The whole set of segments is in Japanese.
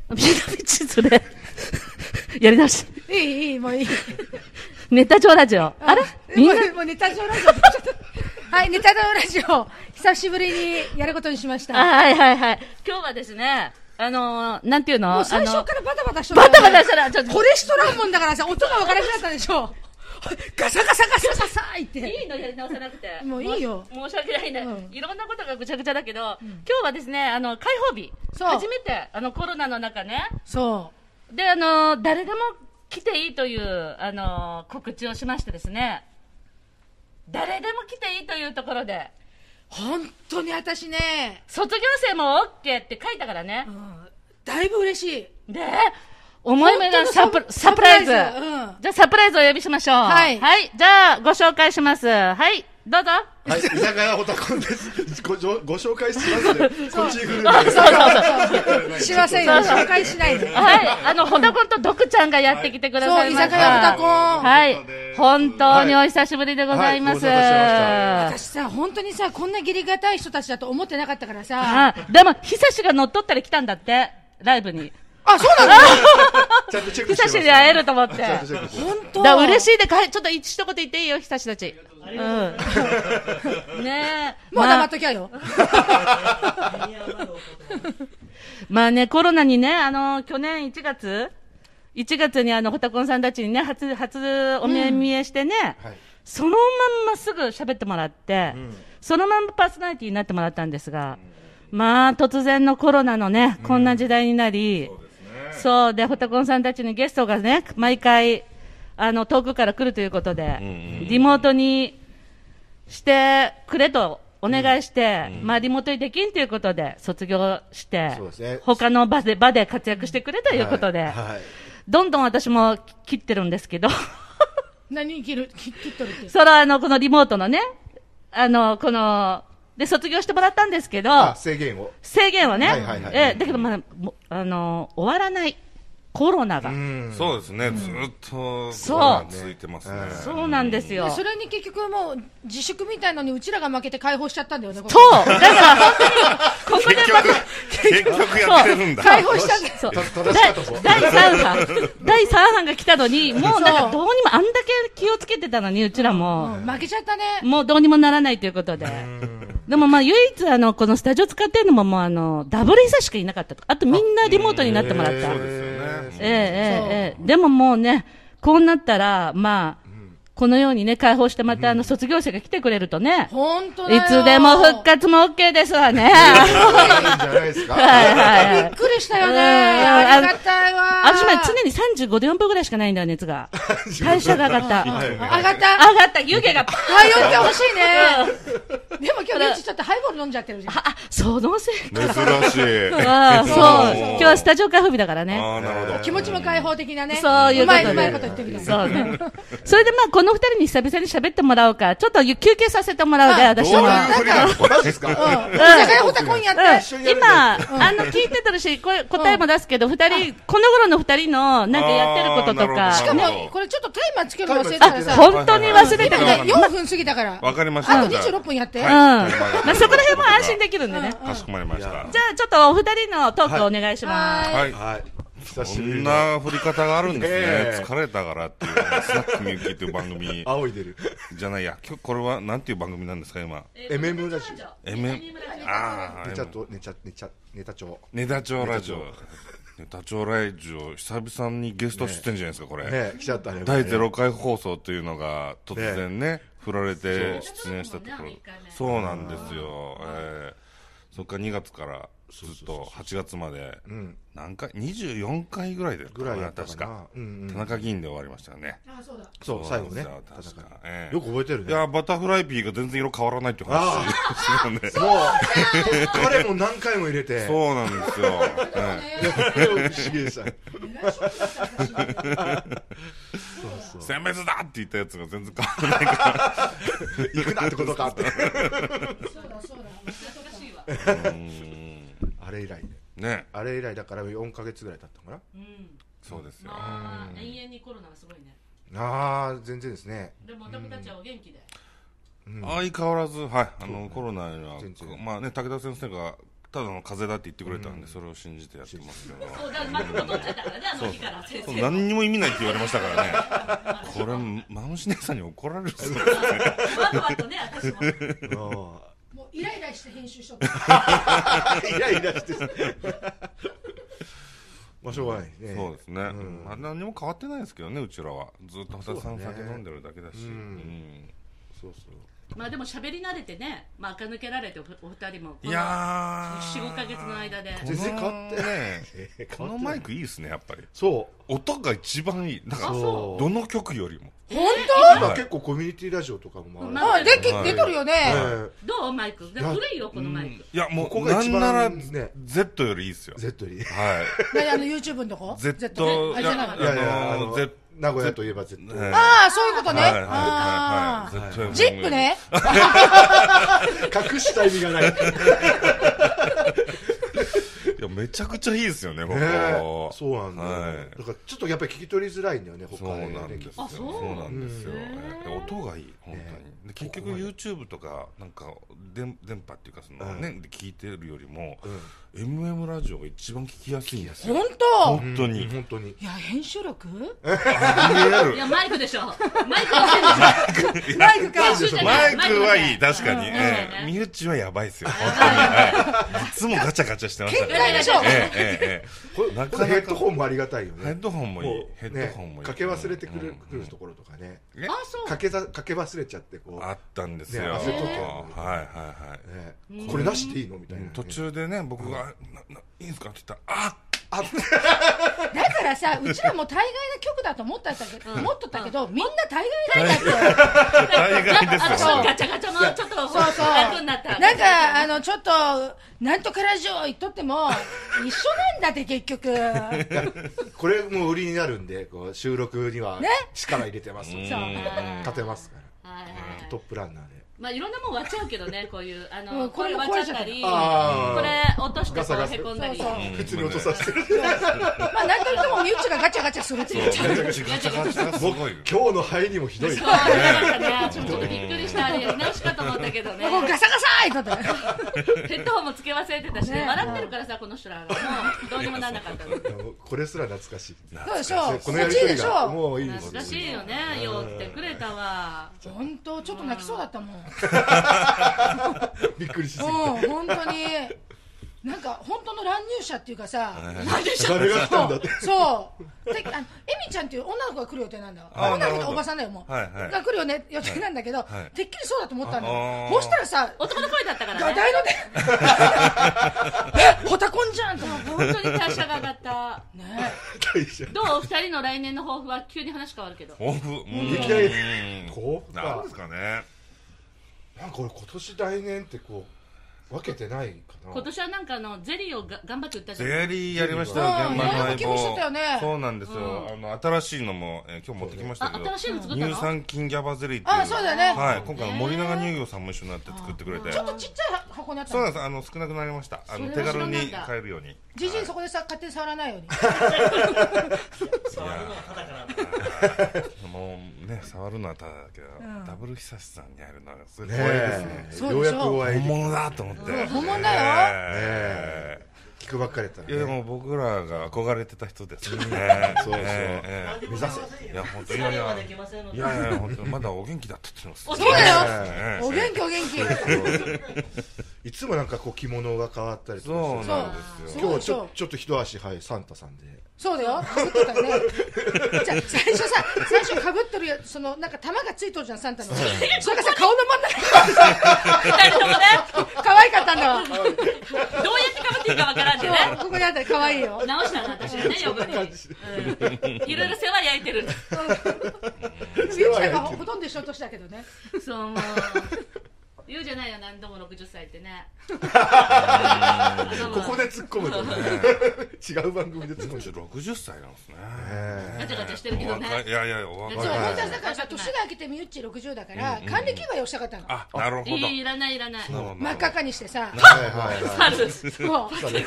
南地図でやり直し。 いい、もういい。 ネタ帳ラジオ。あれみんなもうネタ帳ラジオ。はい、ネタ帳ラジオ。久しぶりにやることにしました。 はい。今日はですね、なんていうのもう最初からバタバタしとバタバタしたら、ちょっと。 コレストランもんだからさ、音がわからなくなったでしょ。ガサガサガサガサいって。 いいのやり直さなくて。 もういいよ。 申し訳ないね。いろんなことがぐちゃぐちゃだけど、今日はですね、開放日。初めて、コロナの中ね。 そう。 で、誰でも来ていいという、告知をしましてですね。誰でも来ていいというところで。 本当に私ね。 卒業生も OK って書いたからね。 だいぶ嬉しい。 で、思い目がサプライズ。じゃあサプライズをお呼びしましょう。はい。じゃあご紹介します。はい。どうぞ。 はい、居酒屋オタコンです。ご紹介しますね。こっち来るんで。 そう。しませんよ。紹介しないで。 はい。ホタコンとドクちゃんがやってきてくださいました。 そう、居酒屋オタコン。 はい。本当にお久しぶりでございます。 私さ、本当にさ、こんな義理がたい人たちだと思ってなかったからさ。 でも、久しが乗っ取ったら来たんだって、ライブに。 あ、そうなのちゃんとチェックしてます。 久しに会えると思って。 本当だ嬉しいで、ちょっと一言言っていいよ、久したち。ねえ。もう黙っときゃよ。 まあね、コロナにね、去年1月にホタコンさんたちにね、初お目見えしてね、そのまんますぐ喋ってもらって、そのまんまパーソナリティになってもらったんですが、まあ、突然のコロナのね、こんな時代になり、そうで、ホタコンさんたちにゲストがね、毎回、遠くから来るということで、リモートにしてくれとお願いして、まあ、リモートにできんということで、卒業して、他の場で活躍してくれということで、どんどん私も切ってるんですけど。 何切っとるって。 その、このリモートのね、で、卒業してもらったんですけど、 制限をね。だけど、まあ、終わらない。コロナが。 そうですね、ずっとコロナ続いてますね。 そうなんですよ。 それに結局もう自粛みたいのにうちらが負けて解放しちゃったんだよね。 そうだから本当に、ここで結局やってるんだ。 解放したんだよ。第3波が来たのに、もうなんかどうにもあんだけ気をつけてたのに、うちらも。 負けちゃったね。 もうどうにもならないということで。でもまあ唯一このスタジオ使ってるのももうダブル久しかいなかったと。あとみんなリモートになってもらった。 そうですよね。 でももうね、こうなったら、まあ、このようにね、解放してまた卒業生が来てくれるとね、 本当だよ。 いつでも復活も OK ですわね。 いいんじゃないですか。 びっくりしたよね。ありがたいわ。 私も常に35度4分ぐらいしかないんだよ、熱が。代謝が上がった。 上がった湯気が。 はい、酔ってほしいね。でも今日ね、ちょっとハイボール飲んじゃってるじゃん。 そのせい珍しい。 そう。今日はスタジオ開放日だからね。 なるほど。 気持ちも開放的なね。 そういうことで。 うまいこと言ってみたい。 そうね。それでまあ、この二人に久々に喋ってもらおうか。ちょっと休憩させてもらうで、私も。 マジですか。 居酒屋ホタコンやって。 今、聞いてたるし、答えも出すけど、この頃の二人の、なんかやってることとか。 しかも、これちょっとタイマーつけるの忘れたからさ。 本当に忘れてるね。 4分過ぎたから。 わかりました。 あと26分やって。 まあそこら辺も安心できるんでね。 かしこまりました。じゃあちょっとお二人のトークお願いします。 はい。そんな振り方があるんですね。疲れたからっていう、スナックみゆきっていう番組。 仰いでる。 じゃないや、今日これはなんていう番組なんですか、今。 MM ラジオ。MM。 ネタ帳。 ネタ帳ラジオ。ネタ帳ラジオ、久々にゲスト出演じゃないですか、これ。 来ちゃったね。 第0回放送というのが突然ね、振られて出演したところ。そうなんですよ。そっから2月からずっと8月まで、何回 ?24 回ぐらいで、確か。田中議員で終わりましたよね。 そう、最後ね。 確か。 よく覚えてるね。 いや、バタフライピーが全然色変わらないっていう話してるんで。 もう、彼も何回も入れて。 そうなんですよ。 不思議でした。 殲滅だって言ったやつが全然変わらないから。 行くなってことかって。あれ以来ね。 あれ以来だから4ヶ月ぐらい経ったのかな。 そうですよ。 永遠にコロナがすごいね。 全然ですね。 でもおたくたちはお元気で。 相変わらず、はい、コロナには、まあね、武田先生がただの風邪だって言ってくれたんで、それを信じてやってますけど、 そうだ、マイク取っちゃったからね、あの日から先生。 何にも意味ないって言われましたからね。これマムシ姉さんに怒られるっすよ。 あとね、私も。 もうイライラして編集しとった。 イライラしてまあしょうがないね。 そうですね。まあ何も変わってないですけどね、うちらはずっと畑さん酒飲んでるだけだし。 そうそう。 まあでも喋り慣れてね、まあ垢抜けられてお二人もいやー4、5ヶ月の間で全然変わってね。このマイクいいですね、やっぱり。 そう。 音が一番いい。だからどの曲よりも。 本今結構コミュニティラジオとかも当？出とるよね。 どうマイク？古いよこのマイク。 いやもうここが一番なんならね Z よりいいですよ。 Z よりはい。 YouTube のとこ Z あ、じゃなかった。 いやいや名古屋といえば Z。 ああ、そういうことね。 はいああ、 はい。 ジップね。 隠した意味がない。 いやめちゃくちゃいいですよね、ここ。 そうなんだよ。だからちょっとやっぱり聞き取りづらいんだよね、 そうなんですよ。そうなんですよ。音がいい、本当に。結局 YouTube とかなんか電波っていうかそのねで聞いてるよりも MM ラジオが一番聞きやすいんですよ。 本当？ 本当に。 本当に。 いや編集力？ いやマイクでしょ。マイクでしょ。 マイクか。 マイクはいい、確かに。身内はやばいですよ。いつもガチャガチャしてますからね。 でしょ。 これヘッドホンもありがたいよね。 ヘッドホンもいい。ヘッドホンもいい。 かけ忘れてくるところとかね。 あ、そう。 かけ忘れちゃってこう。 あったんですよ。 はいはいはい。 これなしでいいのみたいな。 途中でね、僕がいいんですかって言ったら、 だからさ、うちらも大概の曲だと思っとったけど、みんな大概ないんだって。 大概ですよ。 ガチャガチャのちょっと楽になった。 なんかちょっとなんとかラジオ言っとっても一緒なんだって結局。 これも売りになるんで、こう収録には力入れてます。立てますから。トップランナーで。 まあいろんなもん割っちゃうけどね、こういうこれ割っちゃったり、これ落としてこうへこんだり、 普通に落とさせてる。 まあなんといってもミュッチがガチャガチャするって言っちゃう。 ガチャガチャがすごい。 今日の入りもひどい。 そうなんかね、ちょっとびっくりした。やり直しかと思ったけどね。 ガサガサーいとって。 ヘッドホンもつけ忘れてたし、笑ってるからさこの人らがもうどうにもならなかったの。 これすら懐かしい。 そうでしょ。 このやりとりがもういいです。 懐かしいよね。よう来てくれたわ。 本当ちょっと泣きそうだったもん。 びっくりしすぎて。本当に。なんか本当の乱入者っていうかさ、 誰が来たんだって。 そう。エミちゃんっていう女の子が来る予定なんだ。女の子とおばさんだよもう。が来る予定なんだけど、てっきりそうだと思ったんだよ。そしたらさ、 男の声だったからね。 大ので、ホタコンじゃんと思って。 本当に代謝が上がった。 ね。 どう二人の来年の抱負は急に話変わるけど。 いきなり抱負なんですかね。 なんか俺今年来年ってこう分けてないかな。 今年はなんかゼリーを頑張って売ったじゃん。 ゼリーやりましたよ、現場の相棒。そうなんですよ。新しいのも今日持ってきましたけど、 新しいの作ったの？ 乳酸菌ギャバゼリーっていう。 あ、そうだね。 はい、今回森永乳業さんも一緒になって作ってくれて。 ちょっとちっちゃい箱にあった。 そうなんです。少なくなりました。手軽に買えるように。 じじいそこでさ勝手に触らないように。 もうね、触るのはただだけど、ダブル久志さんに会えるのはすごい怖いですね。 ようやくお会い。 本物だと思って。 本物だよ。 聞くばっかりだった。 いやでも僕らが憧れてた人ですね。 そうそう。目指せ。 いや本当にいや本当まだお元気だったって言います。 そうだよ。お元気お元気。 いつもなんかこう着物が変わったりとか。 そうなんですよ。今日ちょっと一足早いサンタさんで。 そうだよ。かぶってたよね。じゃあ最初かぶってるそのなんか玉がついとるじゃんサンタの。それがさ顔の真ん中。 二人ともね。 可愛かったんだわ。 どうやってかぶっていいかわからんでね。 ここにあったら可愛いよ。 直したの私がね余分に。いろいろ世話焼いてる。 ゆうちゃんがほとんど一緒年だけどね。 そうもう。言うじゃないよ、何度も60歳ってね。 ここで突っ込むとね。違う番組で突っ込む。 60歳なんですね。 ガチャガチャしてるけどね。 いやお若い。 そう、本当はだからさ、年が明けてみゆっち60だから、還暦祝いをしたかったの。 あ、なるほど。 いらない。 真っ赤かにしてさ。 猿。そう。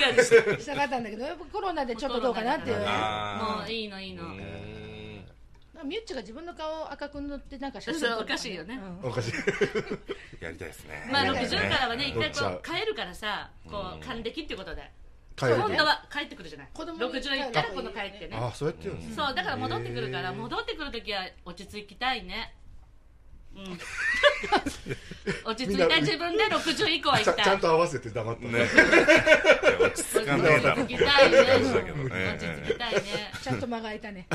したかったんだけど、やっぱコロナでちょっとどうかなっていう。 もういいの。 ミュッチが自分の顔を赤く塗ってなんか写真撮る、おかしいよね。 おかしい。 やりたいですね。 まあ60からはね、一回こう帰るからさ、こう還暦っていうことで。今度は帰ってくるじゃない。60いったら今度帰ってね。 あ、そうやってるんですね。 そう、だから戻ってくるから、戻ってくるときは落ち着きたいね。落ち着いた自分で60以降は行きたい。 ちゃんと合わせて黙ってね。 落ち着かねえだろ。 落ち着きたいね。落ち着きたいね。 ちゃんと間が空いたね。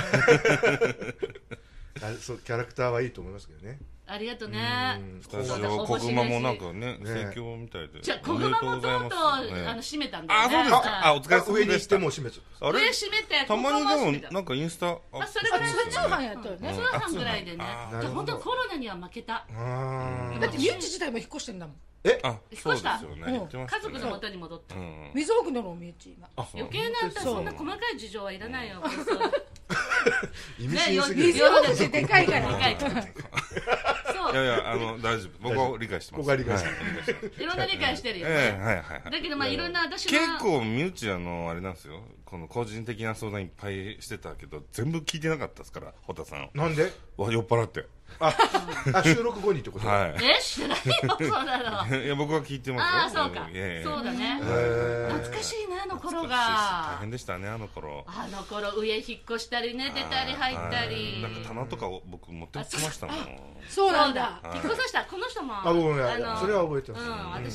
キャラクターはいいと思いますけどね。 ありがとうね。 スタジオ小熊もなんかね、盛況みたいで。 じゃ小熊もとうとう閉めたんだよね。 あ、そうですか。あ、お疲れ様でした。 上に行っても閉めちゃう。上閉めて。 たまにでもなんかインスタ。 あ、それぐらい通販やったよね。 通販ぐらいでね。本当コロナには負けた。 だってミュッチ自体も引っ越してんだもん。 あ、そうですよね。 家族の元に戻った。 水多くなるのミュッチ今。 余計なそんな細かい事情はいらないよ。 水多くてでかいから。 いやいや、大丈夫。僕は理解してます。 僕は理解してる。いろんな理解してるよね。 はいはい。 だけどまあいろんな私結構身内あれなんですよ。この個人的な相談いっぱいしてたけど全部聞いてなかったですから、ホタさん。 なんで？ 酔っ払って。 収録後にってこと？ はい。 してないよ、そうなの。 いや、僕は聞いてますよ。ああ、そうか。そうだね。懐かしいね、あの頃が。 大変でしたね、あの頃。 上引っ越したりね、出たり入ったり。 なんか棚とか僕持ってきましたもん。 そうなんだ。 引っ越さした、この人も。 それは覚えてます。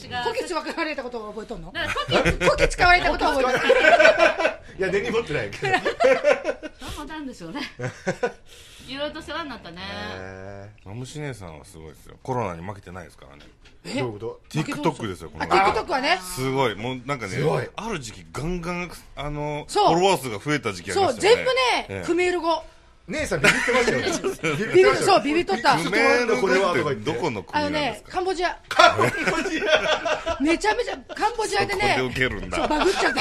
私が。 こき使われたことは覚えとんの？こき使われたことは覚えとんの？ いや、根に持ってないけど。 そうなんですよね。いろいろと世話になったね。 マムシ姉さんはすごいですよ。コロナに負けてないですからね。 どういうこと？ TikTok ですよ。 TikTok はね。 すごい。もうなんかね、ある時期ガンガンフォロワー数が増えた時期ありましたよね。 そう、全部ね、クメール語。 姉さんビビってましたよ。 そう、ビビっとった。 クメール語ってどこの国なんですか？ カンボジア。めちゃめちゃカンボジアでね。 そこで受けるんだ。 バグっちゃった。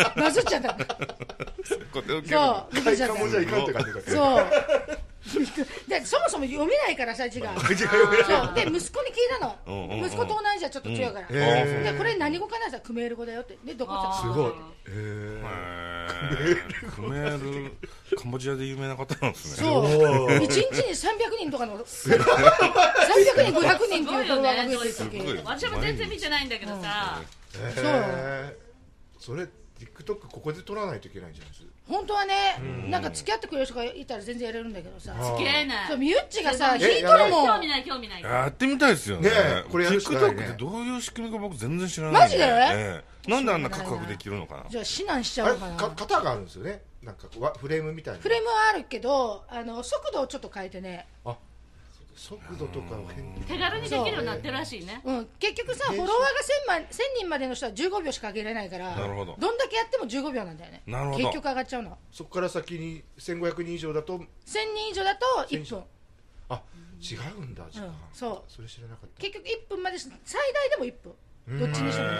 バズっちゃった。 そこで受けるんだ。 そう、 カンボジア行かんって感じだった。 そう。でそもそも読めないからさ字が。そうで息子に聞いたの。息子東南アジアちょっと強いから。でこれ何語かなさクメール語だよってでどこって。 すごい。 クメールカンボジアで有名な方なんですね。 そう1日に300人とかの300人500人っていうフォロワーが増えてる時。 私も全然見てないんだけどさ。 それ TikTok ここで撮らないといけないんじゃないですか。 本当はね、なんか付き合ってくれる人がいたら全然やれるんだけどさ。 付き合えない。 そう、ミュッチがさ、弾いとるもん。 興味ない、興味ない。 やってみたいですよね。 これやるしかないね。 TikTok ってどういう仕組みか僕全然知らない。 マジで？ なんであんなカクカクできるのかな。 じゃあ指南しちゃおうかな。 型があるんですよね。なんかフレームみたいな。 フレームはあるけど、速度をちょっと変えてね。 速度とかを手軽にできるようになってるらしいね。 結局さフォロワーが1000人までの人は15秒しか上げれないから、どんだけやっても15秒なんだよね。結局上がっちゃうの。 そこから先に1500人以上だと1000 人以上だと1分。 違うんだ時間。 そうそれ知らなかった。 結局1分まで最大でも1分どっちにしても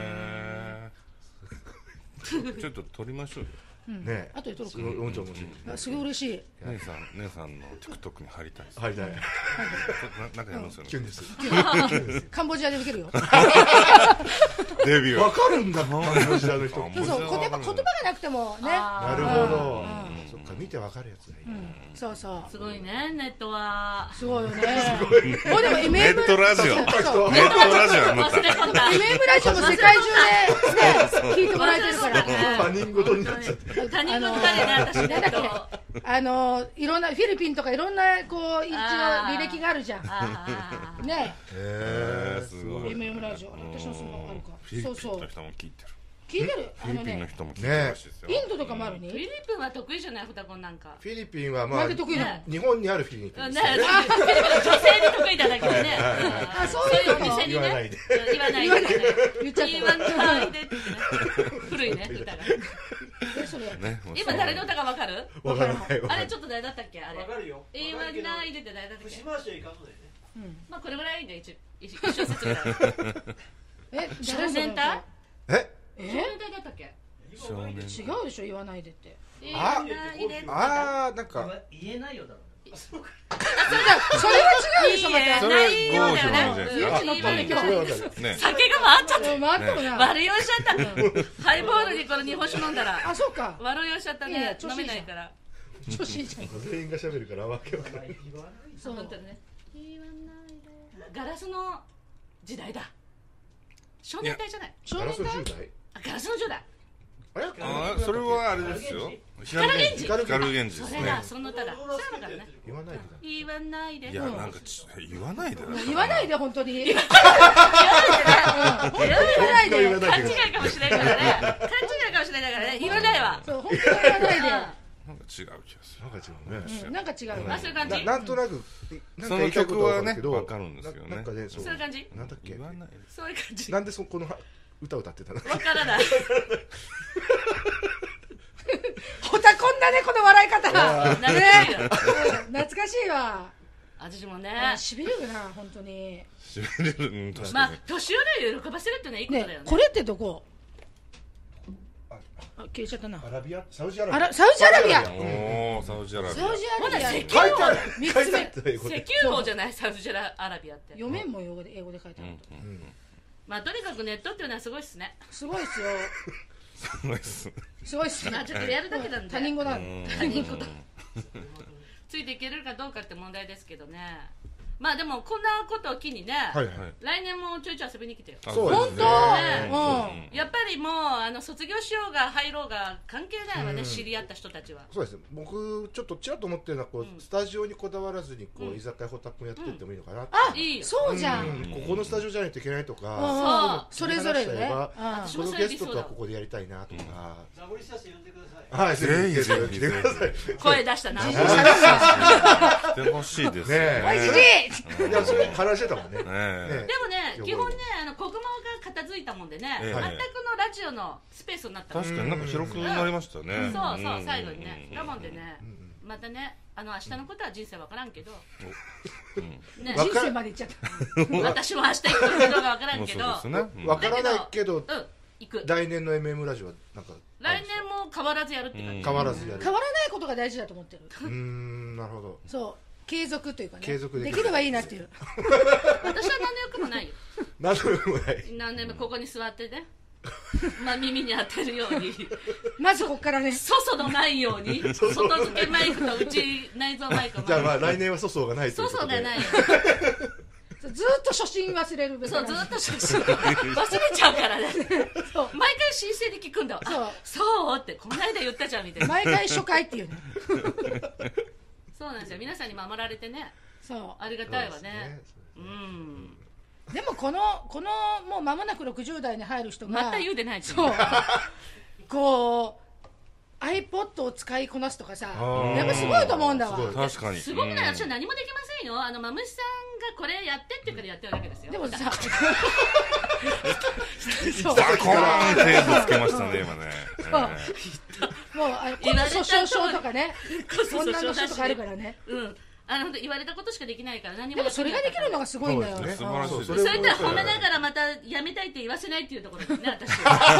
ね。ちょっと撮りましょうよ。 ね、 あとで撮ろうか。すごい嬉しい。 姉さんの TikTok に入りたい。 入りたい。 なんかやるんですよね。 キュンです。 カンボジアで受けるよ。 デビュー。 わかるんだ。カンボジアの人。 そうそう。言葉がなくてもね。 なるほど。そっか見てわかるやつがいい。 そうそう。 すごいねネットは。 すごいよね。 もうでも MM ネットラジオ。ネットラジオあなた。 MM ラジオも世界中で聞いてもらえてるからね。 他人事になっちゃって。 他人事だね私ね。 いろんなフィリピンとかいろんなこう一応履歴があるじゃん。ね。 すごい。 MM ラジオ私のスマホあるか。 フィリピンの人も聞いてる。 聞いてる。 フィリピンの人も聞いてるらしいですよ。 インドとかもあるに。 フィリピンは得意じゃない双子なんか。 フィリピンはまあ日本にあるフィリピン。 フィリピンの女性に得意だけどね。 そういうお店にね。 言わないで。 言わないで。 言っちゃった。 言わないで。古いね歌が。今誰の歌かわかる？ わからない。 あれちょっと誰だったっけあれ？ わかるよ。 言わないでって誰だったっけ？ 節回しはいかんのでね。 まあこれぐらいいいんだ一小節ぐらい。少年隊？少年隊だったっけ？ 違うでしょ言わないでって。 なんか言えないよだろ。 それは違うでしょまた。 それはゴーションじゃないですか。 酒が回っちゃった。 回ったもんな。 悪酔いしちゃった。ハイボールにこの日本酒飲んだら。 そうか。 悪酔いしちゃったね。飲めないから。 初心者全員が喋るからわけわかんない。 そう本当にね。ガラスの時代だ。少年隊じゃない。 ガラスの10代。 ガラスの10代。 あ、それはあれですよ。 光源氏。 光源氏ですね。 それだ、その歌だ。そうだからね。 言わないで。 言わないで。 いや、なんか言わないで。 言わないで本当に。 言わないで。勘違いかもしれないからね。勘違いかもしれないからね。言わないわ。 そう、本当に言わないで。 なんか違う気がする。 なんか違うね。 なんか違う。 そういう感じ。 なんとなくその曲はね、わかるんですよね。 なんかね、 そういう感じ。 なんだっけ。 そういう感じ。 なんでこの歌歌ってたの。 わからない。 ホタコンだねこの笑い方。 懐かしいよ。 懐かしいわ。 私もね。 しびれるな本当に。 しびれる。 まあ年寄りを喜ばせるってのはいいことだよね。 これってどこ？あ、消えちゃったな。 アラビア？サウジアラビア。 サウジアラビア。 おお、サウジアラビア。 サウジアラビア。 石油王。 三つ目。 石油王じゃないサウジアラビアって。 読めんも英語で書いてある。 まあとにかくネットっていうのはすごいっすね。 すごいっすよ。 すごいっす。 すごいっす。 まあちょっとやるだけなんで。 他人語だ。 他人語だ。ついていけるかどうかって問題ですけどね。まあでもこんなことを機にね、来年もちょいちょい遊びに来てよ。 本当？ やっぱりもう卒業しようが入ろうが関係ないわね、知り合った人たちは。 そうですね。僕ちょっとちらっと思ってるのはスタジオにこだわらずに居酒屋ホタクやってってもいいのかな。 あ、そうじゃん。 ここのスタジオじゃないといけないとか、 それぞれね。 このゲストとはここでやりたいなとか。 ザボリスタス呼んでください。 はい、ぜひ来てください。 声出したな。 来てほしいですね。 おいしい。 いや、それ話してたもんね。でもね、基本ね、国語が片付いたもんでね、全くのラジオのスペースになった。 確かになんか広くなりましたね。 そうそう、最後にね。だもんでね、またね、明日のことは人生わからんけど、 人生まで行っちゃった。 私も明日行くかどうかわからんけど、 わからないけど、 行く。 来年の MM ラジオはなんか来年も変わらずやるって感じ。 変わらずやる。 変わらないことが大事だと思ってる。 なるほど。 そう。継続というかね。 継続できればいいなっていう。 私は何の欲もないよ。 何の欲もない。 何年もここに座ってね。まあ耳に当てるように。 まずここからね。 粗相のないように。外付けマイクと内内蔵マイクも。 じゃあまあ来年は粗相がないということで。 粗相がないよ。 ずっと初心忘れる。 そう、ずっと初心忘れちゃうからね。毎回新鮮に聞くんだわ。そうってこの間言ったじゃんみたいな。 毎回初回っていうね。 そうなんですよ。皆さんに守られてね。 そう。 ありがたいわね。 でもこのもう間もなく60代に入る人がまた言うでないじゃん。 そう。こう。iPod を使いこなすとかさ、やっぱすごいと思うんだわ。 確かに。 すごくない。私は何もできませんよ。マムシさんがこれやってって言うからやってるわけですよ。 でもさ、 そう。バコーンテープつけましたね今ね。 もう訴訟とかね、女の人とかあるからね。 本当言われたことしかできないから何も。 でもそれができるのがすごいんだよね。 素晴らしいです。 それで褒めながらまたやめたいって言わせないっていうところですね私。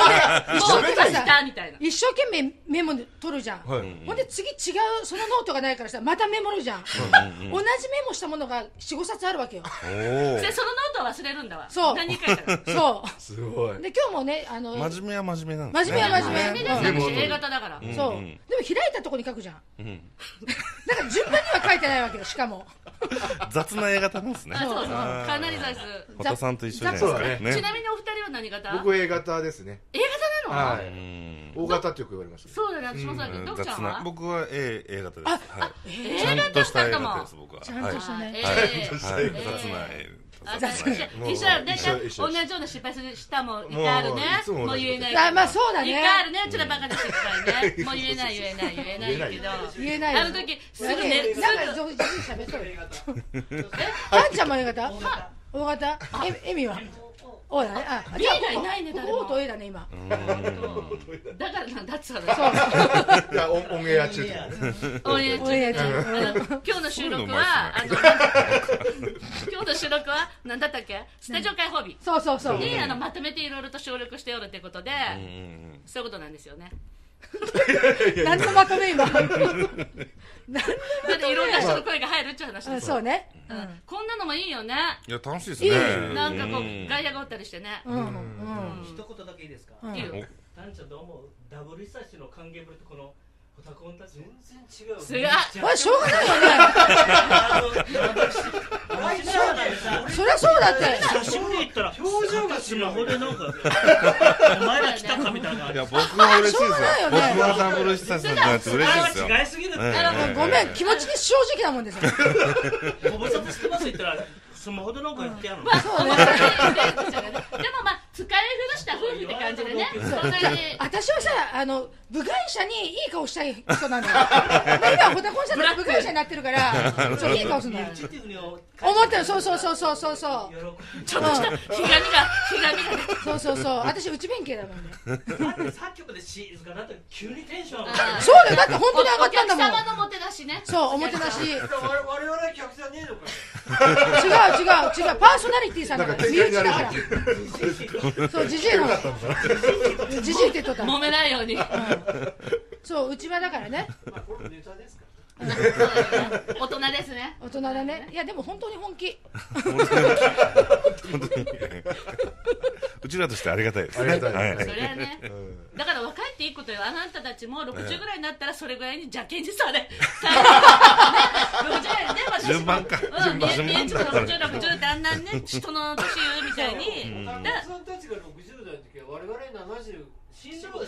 一生懸命メモで取るじゃん。ほんで次違うそのノートがないからさまたメモるじゃん。同じメモしたものが4、5冊あるわけよ。 そのノートは忘れるんだわ。 そう。 何書いたの。 そう。 すごい。 で今日もね真面目は真面目なんですね。真面目は真面目。 真面目です。A 型だから。 そう。でも開いたとこに書くじゃん。だから順番には書いてないわけよしかも。 雑な A 型なんですね。 そうそう。かなり雑。 ホタさんと一緒じゃないですかね。 ちなみにお二人は何型？ 僕 A 型ですね。 A 型なの？ はい。O 型ってよく言われます。 そうだね、私もそうだけど、ドクちゃんは？ 僕は A 型です。 あ、 ちゃんとした A 型です僕は。 ちゃんとしたね。 雑な A。 一緒だね。同じような失敗したもいっぱいあるね。もう言えない。 あ、まあそうだね。 いっぱいあるね。ちょっとバカな失敗ね。もう言えないけど。 言えない。 あの時すぐね。 なんか上手に喋っとる。パンちゃんも A 型？O 型？エミは？O だね。あ、 じゃあいないね誰も。 O と A だね今。 だからなんだっつうの。 いやオンエア中。 オンエア中。今日の収録はなんだったっけ？スタジオ開放日。 そうそうそう。 にまとめていろいろと省略しておるってことで、そういうことなんですよね。 何のまとめ今。 だっていろんな人の声が入るっていう話です。 そうね。 こんなのもいいよね。 いや楽しいですね。 なんかこう外野がおったりしてね。 一言だけいいですか？ いいよ。 タンちゃんどう思う？ダブル久しの歓迎ぶりとこのホタコンたち全然違う。 すが、しょうがないよね。そりゃそうだって。 写真で言ったら表情がスマホでなんかお前ら来たかみたいな。 いや僕は嬉しいですよ。僕はダブル久しぶりになって嬉しいですよ。 違いすぎるって。 ごめん、気持ちに正直なもんですよ。 ご無沙汰してます言ったらスマホでなんかやってやるの。 そうね。でもまあ使い古した夫婦って感じでね。 私はさ、部外者にいい顔したい人なんだよ。今ホタコンさんが部外者になってるから、いい顔するんだよ。思ってる、そう。 ちょっとしたひがみが。 そう。私内弁慶だもんね。 作曲で静かだと急にテンション上がる。 そうだよ、だって本当に上がったんだもん。 お客様のもてなしね。 そう、おもてなし。 我々は客じゃねえのか。 違う、パーソナリティさんだから、身内だから。そう、ジジイの。ジジイって言っとった。 揉めないように。 そう、内輪だからね。 これネタですか。 大人ですね。 大人だね。いやでも本当に本気。 うちらとしてありがたいですね。 それはね。だから若いっていいことよ。あなたたちも60ぐらいになったらそれぐらいに邪険にされ。 順番か。 60ってあんなね人の年上みたいに。 お客さんたちが60代の時は我々70。死んだろうだ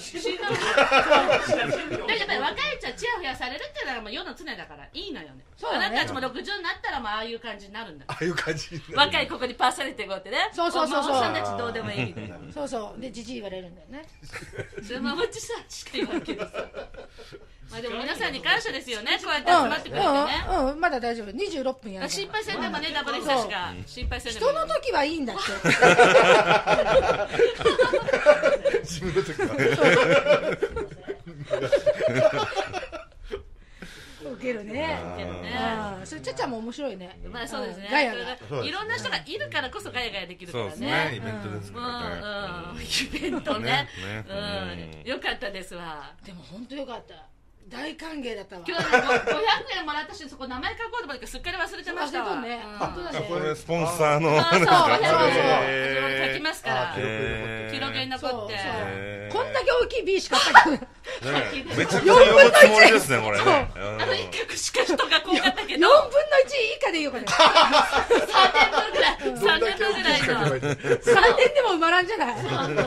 やっぱり若いうちはチヤホヤされるっていうのはもう世の常だからいいのよね。あなたたちも60になったらもうああいう感じになるんだ。 ああいう感じ。 若いここにパーサリティがあってね。 そう。 おっさんたちどうでもいいみたいな。 そう。でジジイ言われるんだよね。 それもうちさしか言わんけどさ。まあでも皆さんに感謝ですよね。こうやって集まってくれてね。 まだ大丈夫。26分やる。 心配せんでもね、ダブル久しか心配せんでも。 人の時はいいんだって。 自分の時は。 ウケるね。それちゃちゃも面白いね。 まあそうですね。 ガヤがいろんな人がいるからこそガヤガヤできるからね。 そうですね。イベントですからね。 イベントね。よかったですわ。 でも本当よかった。大歓迎だったわ。 今日500円もらったし、そこ名前書こうと思ってすっかり忘れてましたわ。 これスポンサーの。 そう書きますから。記録に残って。 こんだけ大きい B しか書いてない。 めちゃくちゃ読むつもりですね、これね。 一角しか人がこうかったけど。 4分の1以下でいいよ、これ。 3年分ぐらいの。 3年でも埋まらんじゃない。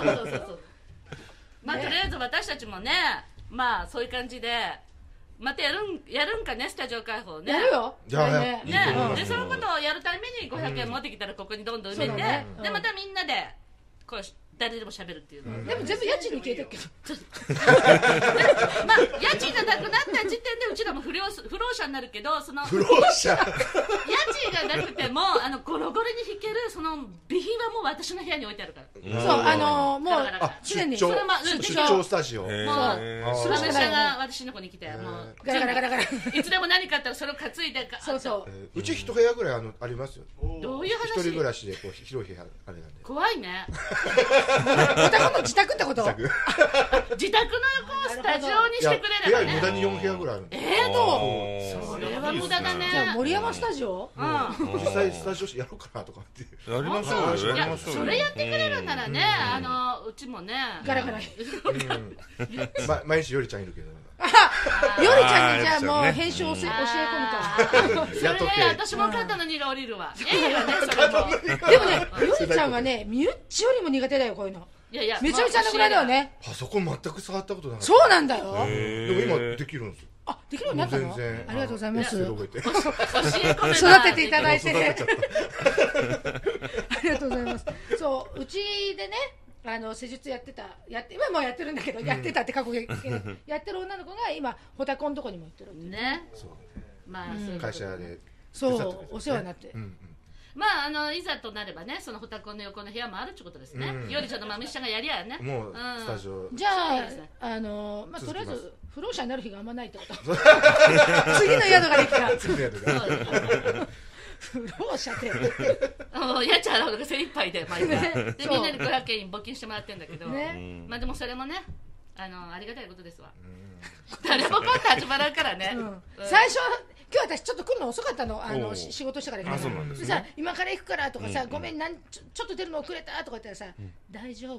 まあとりあえず私たちもね、まあそういう感じでまたやるんかね、スタジオ開放ね。 やるよ。 ね。でそのことをやるために500円持ってきたらここにどんどん埋めて、でまたみんなでこう誰でも喋るっていうの。 でも全部家賃に消えてるけど。 まあ家賃がなくなった時点でうちらも不労者になるけど、その不労者。 家賃がなくてもゴロゴロに弾けるその備品はもう私の部屋に置いてあるから。 そうもう常に出張スタジオ。 もう私が私の子に来てもうガラガラガラガラ。 いつでも何かあったらそれを担いで。 そうそう。 うち一部屋ぐらいありますよ。 どういう話？ 一人暮らしでこう広い部屋あれなんで。 怖いね。 おたこの自宅ってこと？ 自宅の横をスタジオにしてくれればね。 部屋無駄に4部屋ぐらいある。 それは無駄だね。 じゃあ森山スタジオ？ 実際スタジオやろうかなとかって。 やりましょうよ。 いやそれやってくれるならね、うちもね。 ガラガラ。 毎日よりちゃんいるけど。 よりちゃんにじゃあもう編集を教え込むか。 それで私も肩の荷が下りるわ。ええよねそれも。 でもね、よりちゃんはね、みゆっちよりも苦手だよこういうの。いやいや、めちゃめちゃなくらいだよね。 パソコン全く触ったことなかった。 そうなんだよ。 でも今できるんですよ。 あ、できるようになったの？ 全然。 ありがとうございます。 教え込めば育てていただいてね。ありがとうございます。そう、うちでね。施術やってた今もやってるんだけど、やってたって過去やってる女の子が今ホタコンのとこにも行ってるね。まあ会社でそうお世話になって。 まあいざとなればね、そのホタコンの横の部屋もあるってことですね。よりちゃんのまみしちゃんがやりゃね。 もうスタジオ。 じゃあまあとりあえず不老者になる日があんまないってこと。次の宿ができた。 次の宿が。 不老者って家賃払うのが精一杯で毎回でみんなに500円募金してもらってるんだけど、まあでもそれもねありがたいことですわ。誰もこうって始まらんからね。 最初今日私ちょっと来るの遅かったの、仕事してから来たからさ、今から行くからとかさ、ごめんちょっと出るの遅れたとか言ったらさ、大丈夫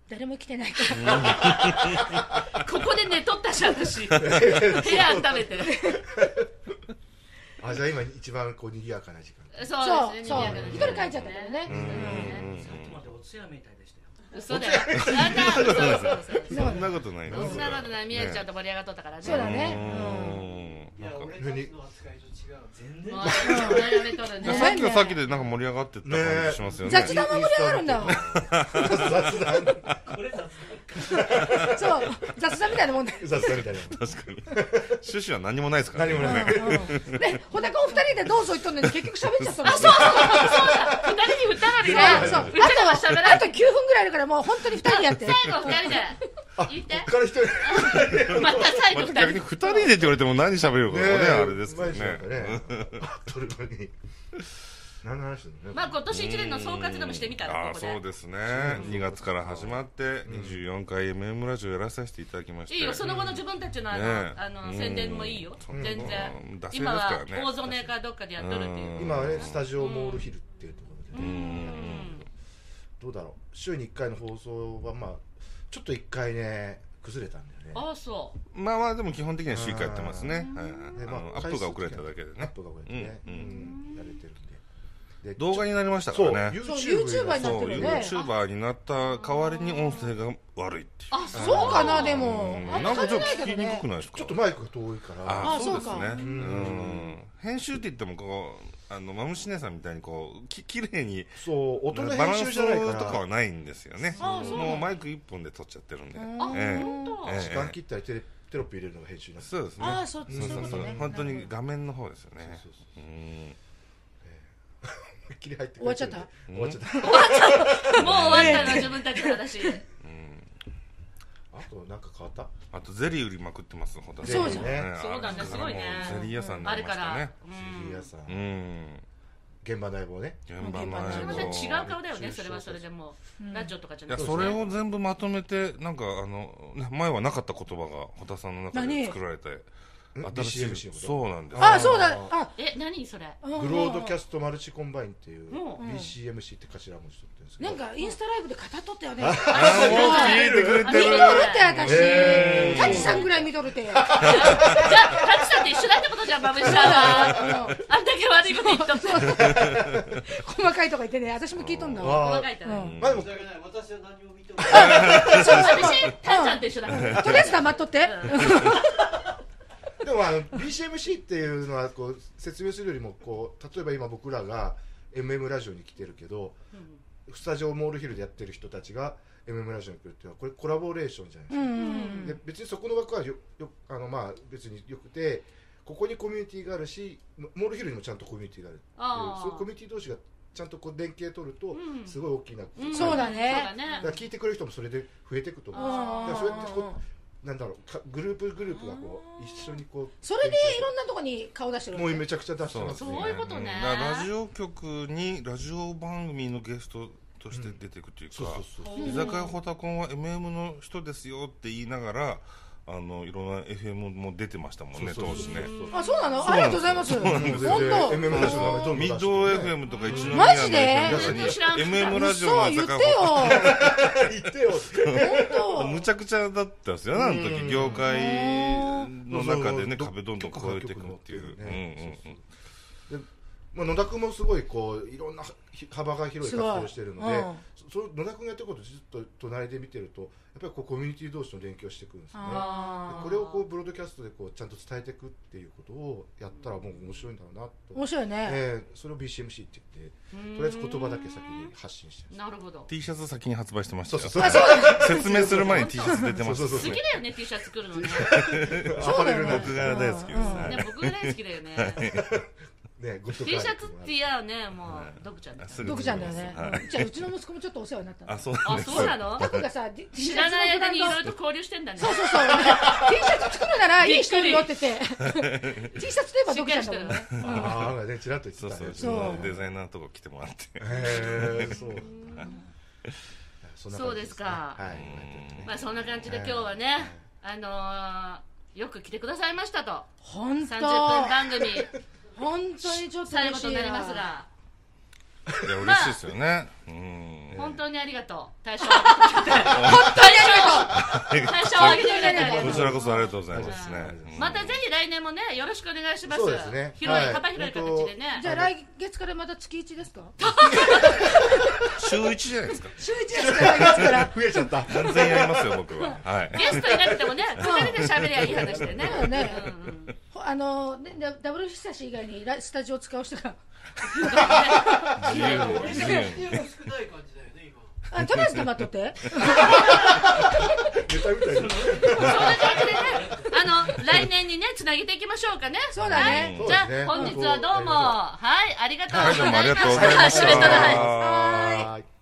誰も来てないからここで寝とったし私部屋温めてあ、じゃあ今一番こう賑やかな時間。 そうですねそう賑やかな一人帰っちゃったけどねさっきまでお通夜みたいでしたよ。 嘘だよあんた嘘そんなことないそんなことない。宮城ちゃんと盛り上がっとったからね。 そうだねいや、俺たちの扱いと違う。全然違う。 もうやめとるね。 さっきはさっきでなんか盛り上がってった感じしますよね。 雑談も盛り上がるんだ雑談。 これ雑談。 そう雑談みたいなもんだよ雑談みたいな。 確かに趣旨は何もないですからね。 何もない。 でほだかお二人でどうぞ言っとんのに結局喋っちゃったの。 そうだ。二人に振ったのにね。 そううちらは喋らあと9分ぐらいあるからもう本当に二人でやって最後二人であ、 言ってこっから一人。 また最後二逆に人。 二人でって言われても何喋るかね、あれですけど毎日なんかね。 ね。撮るのに。何の話するのね。 まあ今年一年の総括でもしてみたらああ、 ここで。 そうですね。2月から始まって24回 MM ラジオやらさせていただきまして。 いいよ、その後の自分たちのね宣伝もいいよ。全然。 惰性です今はからね。 大曽根かどっかでやっとるっていう。 今はね、スタジオモールヒルっていうところでね。どうだろう。週に1回の放送はまあちょっと1回ね崩れたんだよね。 ああそまあまあでも基本的には週1回やってますね。 でまあアップが遅れただけでね。 アップが遅れてね。やれてるんで。で動画になりましたからね。 そう YouTuber になってるよね。 YouTuber になった代わりに音声が悪いっていう。 あそうそうかなでもなんかちょっと聞きにくくないですか。 ちょっとマイクが遠いからあ、そうですそうかね。編集って言ってもこうマムシ姉さんみたいにこうきれいにそう音のバランス編集じゃないとかはからないんですよね。もうマイク1本で撮っちゃってるんで。 時間切ったりテロップ入れるのが編集になってそうですね。 ああそういうことね。 本当に画面の方ですよね。 切り入って終わっちゃった終わっちゃった。 もう終わったの自分たちの話。 あとなんか変わった。 あとゼリー売りまくってますホタテ。 そうじゃんそうだねすごいね。 ゼリー屋さんになりましたね。 ゼリー屋さん。現場の相棒ね。 現場のそれまた違う相棒。 顔だよね。それはそれでもラジオとかじゃいやなくて。 それを全部まとめてなんか前はなかった言葉がホタさんの中で作られて。 BCMC のこと。 そうなんです。 あそうだあ何それ。 グロードキャストマルチコンバインっていう BCMC って頭文字取ってるんですけど。 なんかインスタライブで語っとったよね。 聞いてくれてる。 見とるって私。タチさんぐらい見とるって。 じゃあタチさんと一緒だってことじゃんまぶしさんは。あんだけ悪いこと言っとって。 細かいとか言ってね私も聞いとんだわ。 細かいとね。 まあでも私は何を見ても。 私タンちゃんと一緒だから。 とりあえず黙っとって。 でもBCMC っていうのはこう説明するよりもこう例えば今僕らが MM ラジオに来てるけど、スタジオモールヒルでやってる人たちが MM ラジオに来るっていうのはこれコラボレーションじゃないですか。で別にそこの枠はまあ別によくてここにコミュニティがあるしモールヒルにもちゃんとコミュニティがあるっていうそういうコミュニティ同士がちゃんとこう連携取るとすごい大きなそうだね。 だから聞いてくれる人もそれで増えていくと思うんですよ。だからそうやってこうなんだろうグループがこう一緒にこうそれでいろんなとこに顔出してる。 もうめちゃくちゃ出してますね。 そういうことね。 ラジオ局にラジオ番組のゲストとして出ていくというか、居酒屋ホタコンは MM の人ですよって言いながらいろんな FM も出てましたもんね当時ね。 あそうなの。ありがとうございます。本当。 ミッド FM とか一宮のマジで MM ラジオのそう言ってよ。 言ってよ。 本当。 むちゃくちゃだったんですよねあの時業界の中でね壁どんどん越えていくっていう。 野田君もすごいこういろんな幅が広い活動をしているので、野田君がやってることをずっと隣で見てるとやっぱりこうコミュニティ同士の連携をしていくんですよね。これをこうブロードキャストでこうちゃんと伝えていくっていうことをやったらもう面白いんだろうなと。 面白いね。 それを BCMC って言ってとりあえず言葉だけ先に発信してなるほど。 T シャツ先に発売してましたよ。説明する前に T シャツ出てました。 好きだよね T シャツ作るのね。 僕が大好きですね。 僕が大好きだよね。T シャツっていやねもうドクちゃんだよ。 ドクちゃんだよね。じゃあうちの息子もちょっとお世話になったの。 あそうなの。 ドクがさ知らない間にいろいろと交流してんだね。 そうそうそう。T シャツ作るならいい人いるよって言って。T シャツといえばドクちゃんだもんね。 ああねちらっと言ってたね。 そうデザイナーとか来てもらって。 そうですか。まあそんな感じで今日はねよく来てくださいましたと。 本当。 30分番組。 本当にちょっと最後となりますが、 いや嬉しいですよね。 本当にありがとう。大賞をあげてくれて。本当にありがとう。大賞をあげてくれて。 こちらこそありがとうございますね。 またぜひ来年もね、よろしくお願いします。 そうですね。 広い、幅広い形でね。 じゃあ来月からまた月1ですか？ 週1じゃないですか。 週1ですか、来月から。 増えちゃった。 全然やりますよ、僕は。はい。 ゲストいなくてもね、2人で喋りゃいい話でね。 ダブル久し以外にスタジオ使う人が。 自由。 少ない感じだよね、今。 とりあえず黙っとって。 ネタみたいな。 そんな感じでね、来年にね、つなげていきましょうかね。 そうだね。 じゃあ、本日はどうも、はい、ありがとうございました。 はい、どうもありがとうございました。 はい。 はい。